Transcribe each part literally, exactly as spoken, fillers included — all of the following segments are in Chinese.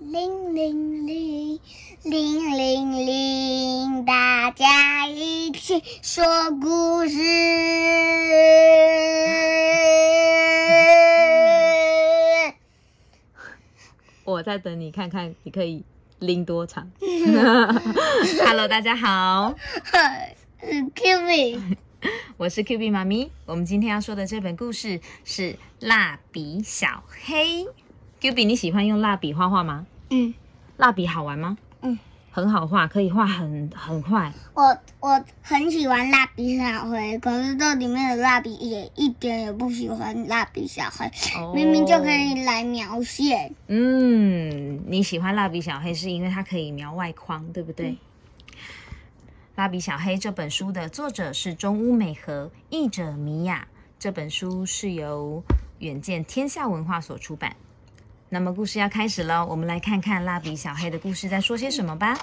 铃铃铃，铃铃铃，大家一起说故事。 我在等你看看，你可以铃多长？Hello， 大家好， 是 Q B， 我是 Q B 妈咪。我们今天要说的这本故事是《蜡笔小黑》。Q B， 你喜欢用蜡笔画画吗？ 嗯， 蜡笔好玩吗？ 嗯， 很好画，可以画很很快。 我我很喜欢蜡笔小黑，可是这里面的蜡笔也一点也不喜欢蜡笔小黑，哦、明明就可以来描线。 嗯，你喜欢蜡笔小黑是因为它可以描外框，对不对？嗯、蜡笔小黑这本书的作者是中屋美和，译者米雅。这本书是由远见天下文化所出版。那么故事要开始了，我们来看看蜡笔小黑的故事在说些什么吧。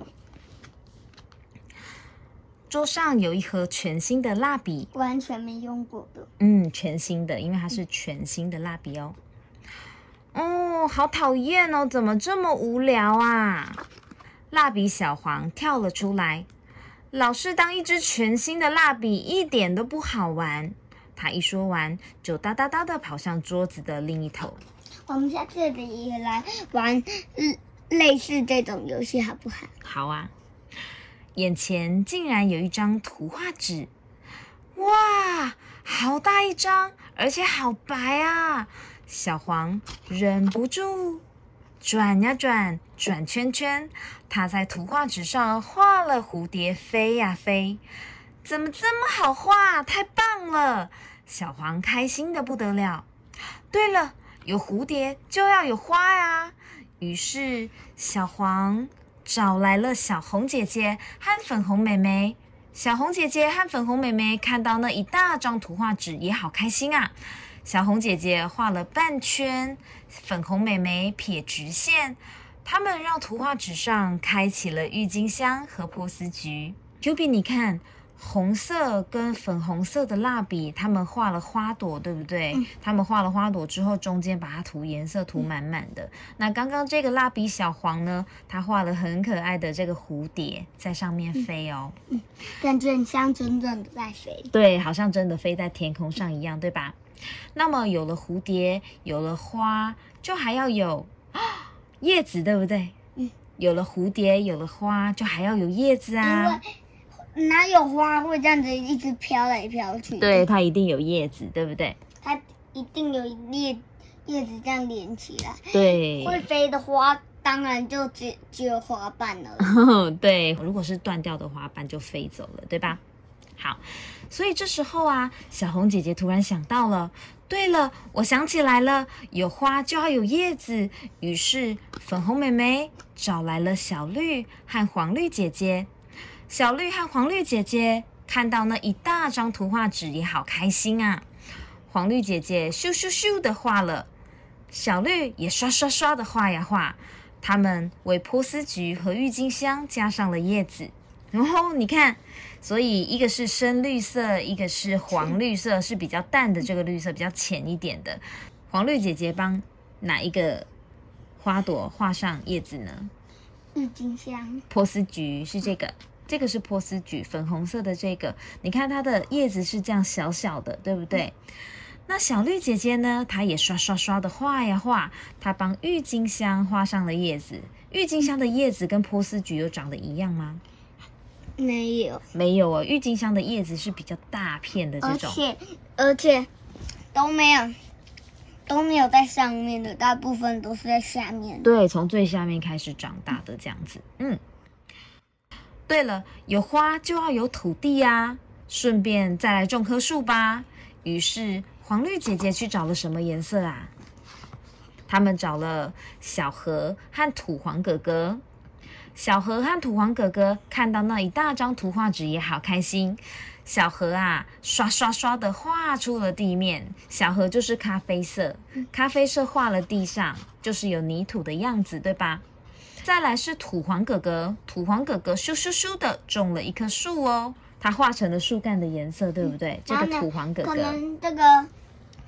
桌上有一盒全新的蜡笔， 完全没用过的。 嗯，全新的，因为它是全新的蜡笔哦。哦，好讨厌哦，怎么这么无聊啊？蜡笔小黄跳了出来，老是当一支全新的蜡笔一点都不好玩。他一说完，就哒哒哒的跑向桌子的另一头。 我们下次也来玩类似这种游戏好不好？ 好啊。眼前竟然有一张图画纸，哇，好大一张，而且好白啊！小黄忍不住转呀转，转圈圈，他在图画纸上画了蝴蝶飞呀飞。怎么这么好画？太棒了！小黄开心的不得了。对了，有蝴蝶就要有花呀。于是小黄找来了小红姐姐和粉红妹妹。小红姐姐和粉红妹妹看到那一大张图画纸也好开心啊。小红姐姐画了半圈，粉红妹妹撇直线。他们让图画纸上开启了郁金香和波斯菊。Q B， 你看，红色跟粉红色的蜡笔，他们画了花朵，对不对？嗯、他们画了花朵之后，中间把它涂颜色，涂满满的。嗯、那刚刚这个蜡笔小黄呢，他画了很可爱的这个蝴蝶在上面飞哦， 嗯，感觉很像真正的在飞。 对，好像真的飞在天空上一样，对吧？那么有了蝴蝶，有了花，就还要有叶子，对不对？嗯，有了蝴蝶，有了花，就还要有叶子啊。 因为哪有花会这样子一直飘来飘去？ 对，它一定有叶子，对不对？ 它一定有叶叶子这样连起来。 对， 会飞的花当然就只只有花瓣了。 对，如果是断掉的花瓣就飞走了，对吧？好，所以这时候啊，小红姐姐突然想到了，对了，我想起来了，有花就要有叶子。于是粉红妹妹找来了小绿和黄绿姐姐。小绿和黄绿姐姐看到那一大张图画纸也好开心啊。黄绿姐姐咻咻咻的画了，小绿也刷刷刷的画呀画。他们为波斯菊和郁金香加上了叶子。然后你看，所以一个是深绿色，一个是黄绿色，是比较淡的这个绿色，比较浅一点的。黄绿姐姐帮哪一个花朵画上叶子呢？ 郁金香。 波斯菊是这个。这个是波斯菊，粉红色的这个，你看它的叶子是这样小小的，对不对？嗯、那小绿姐姐呢，她也刷刷刷的画呀画，她帮郁金香画上了叶子。郁金香的叶子跟波斯菊有长得一样吗？ 没有， 没有哦。郁金香的叶子是比较大片的这种， 而且而且都没有都没有在上面的，大部分都是在下面。 对，从最下面开始长大的这样子，嗯。对了，有花就要有土地呀，顺便再来种棵树吧。于是黄绿姐姐去找了什么颜色啊？他们找了小河和土黄哥哥。小河和土黄哥哥看到那一大张图画纸也好开心。小河啊，刷刷刷的画出了地面。小河就是咖啡色，咖啡色画了地上，就是有泥土的样子，对吧？再来是土黄哥哥，土黄哥哥咻咻咻的种了一棵树哦，他画成了树干的颜色，对不对？这个土黄哥哥， 可能这个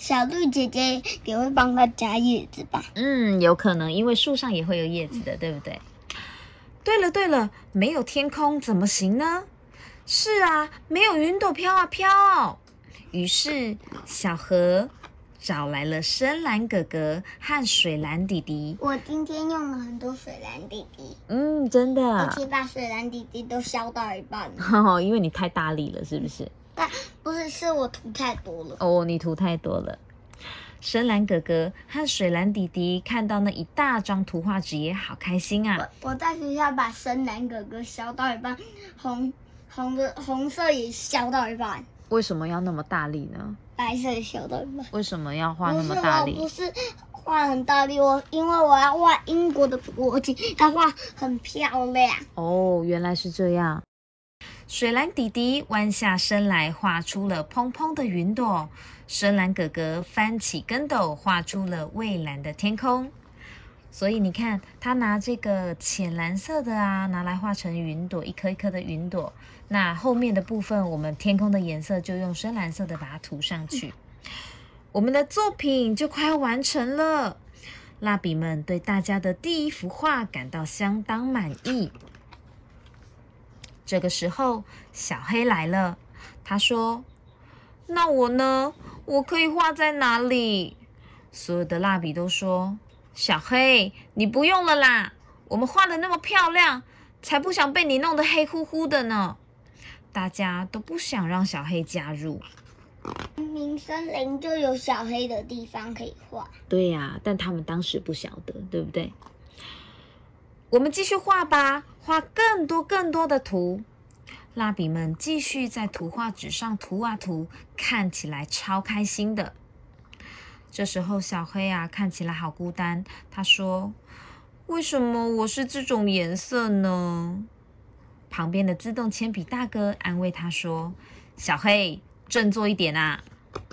小绿姐姐也会帮它加叶子吧？ 嗯，有可能，因为树上也会有叶子的，对不对？对了对了，没有天空怎么行呢？是啊，没有云朵飘啊飘。于是小河找来了深蓝哥哥和水蓝弟弟。 我今天用了很多水蓝弟弟， 嗯，真的， 而且把水蓝弟弟都削到一半了。 因为你太大力了，是不是？ 但不是，是我涂太多了。 哦，你涂太多了。深蓝哥哥和水蓝弟弟看到那一大张图画纸也好开心啊！ 我我在学校把深蓝哥哥削到一半，红红的红色也削到一半。 为什么要那么大力呢？ 白色也削到一半。 为什么要画那么大力？ 不是，我不是画很大力，我因为我要画英国的国旗，它画很漂亮。 哦，原来是这样。水蓝弟弟弯下身来，画出了蓬蓬的云朵。深蓝哥哥翻起跟斗，画出了蔚蓝的天空。所以你看，他拿这个浅蓝色的啊，拿来画成云朵，一颗一颗的云朵。那后面的部分，我们天空的颜色就用深蓝色的把它涂上去。我们的作品就快要完成了。蜡笔们对大家的第一幅画感到相当满意。这个时候，小黑来了。他说：“那我呢？我可以画在哪里？”所有的蜡笔都说：“小黑，你不用了啦，我们画的那么漂亮，才不想被你弄得黑乎乎的呢。”大家都不想让小黑加入。 明明森林就有小黑的地方可以画。 对呀、啊，但他们当时不晓得，对不对？我们继续画吧，画更多更多的图。蜡笔们继续在图画纸上涂啊涂，看起来超开心的。这时候小黑啊，看起来好孤单。他说：“为什么我是这种颜色呢？”旁边的自动铅笔大哥安慰他说：“小黑，振作一点啊！”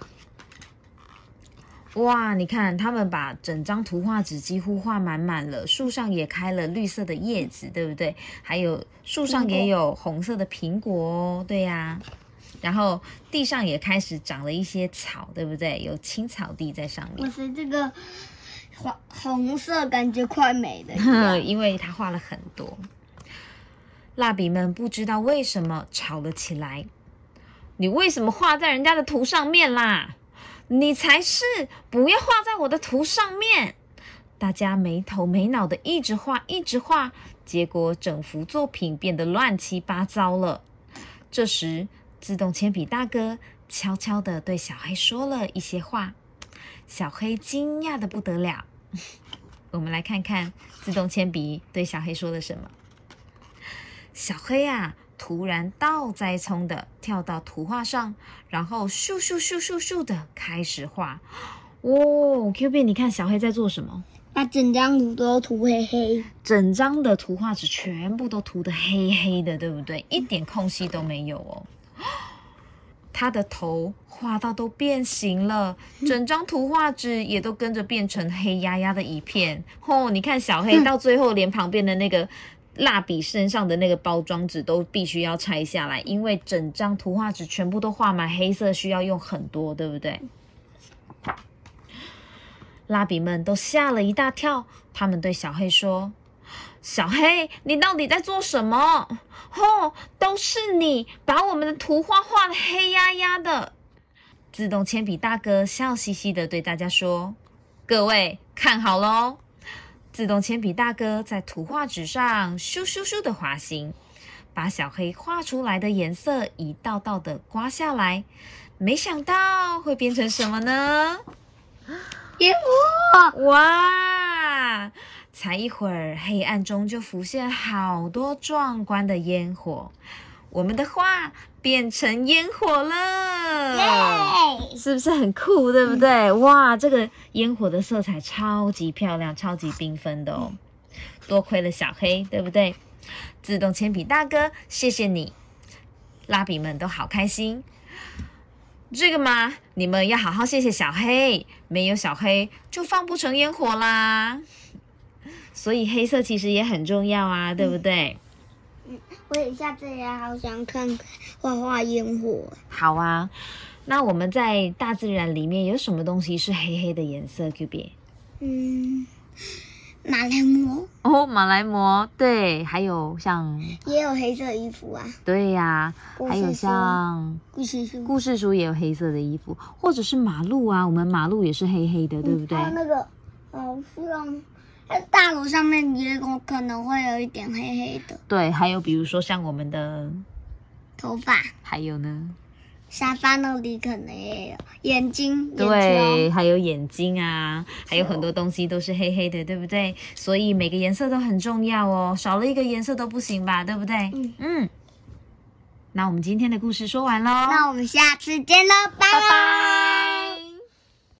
哇，你看，他们把整张图画纸几乎画满满了，树上也开了绿色的叶子，对不对？还有树上也有红色的苹果哦，对呀、啊。然后地上也开始长了一些草，对不对？有青草地在上面。 我是这个黄红色，感觉快没了， 因为它画了很多。蜡笔们不知道为什么吵了起来。你为什么画在人家的图上面啦？你才是，不要画在我的图上面！大家没头没脑的一直画，一直画，结果整幅作品变得乱七八糟了。这时，自动铅笔大哥悄悄地对小黑说了一些话，小黑惊讶的不得了。我们来看看自动铅笔对小黑说了什么。小黑啊，突然倒栽葱的跳到图画上，然后咻咻咻咻咻的开始画。哦 ，Q B， 你看小黑在做什么？ 把整张图都涂黑黑， 整张的图画纸全部都涂得黑黑的，对不对？一点空隙都没有哦。他的头画到都变形了，整张图画纸也都跟着变成黑压压的一片。哦，你看小黑到最后连旁边的那个蜡笔身上的那个包装纸都必须要拆下来，因为整张图画纸全部都画满黑色，需要用很多，对不对？蜡笔们都吓了一大跳，他们对小黑说：“小黑，你到底在做什么？哦，都是你把我们的图画画得黑压压的。”自动铅笔大哥笑嘻嘻的对大家说：“各位看好咯。”自动铅笔大哥在图画纸上咻咻咻的滑行，把小黑画出来的颜色一道道的刮下来。没想到会变成什么呢？ 烟火！ 哇！才一会儿，黑暗中就浮现好多壮观的烟火。我们的画变成烟火了， 耶！ 是不是很酷？对不对？嗯、哇，这个烟火的色彩超级漂亮，超级缤纷的哦。多亏了小黑，对不对？自动铅笔大哥，谢谢你。蜡笔们都好开心。这个嘛，你们要好好谢谢小黑，没有小黑就放不成烟火啦。所以黑色其实也很重要啊，对不对？ 嗯，我也下次也好想看画画烟火。 好啊， 那我们在大自然里面有什么东西是黑黑的颜色 ？Q B？ 嗯，马来貘哦，马来貘，对，还有像也有黑色衣服啊。 对呀、 故事还有书像故事书， 故事书也有黑色的衣服，或者是马路啊，我们马路也是黑黑的，对不对？ 还有那个好像在大楼上面也有可能会有一点黑黑的对，还有比如说像我们的， 头发， 还有呢， 沙发那里可能也有眼睛，眼对， 球。 还有眼睛啊，还有很多东西都是黑黑的，对不对？所以每个颜色都很重要哦，少了一个颜色都不行吧，对不对？ 嗯嗯。那我们今天的故事说完喽， 那我们下次见喽，拜拜拜。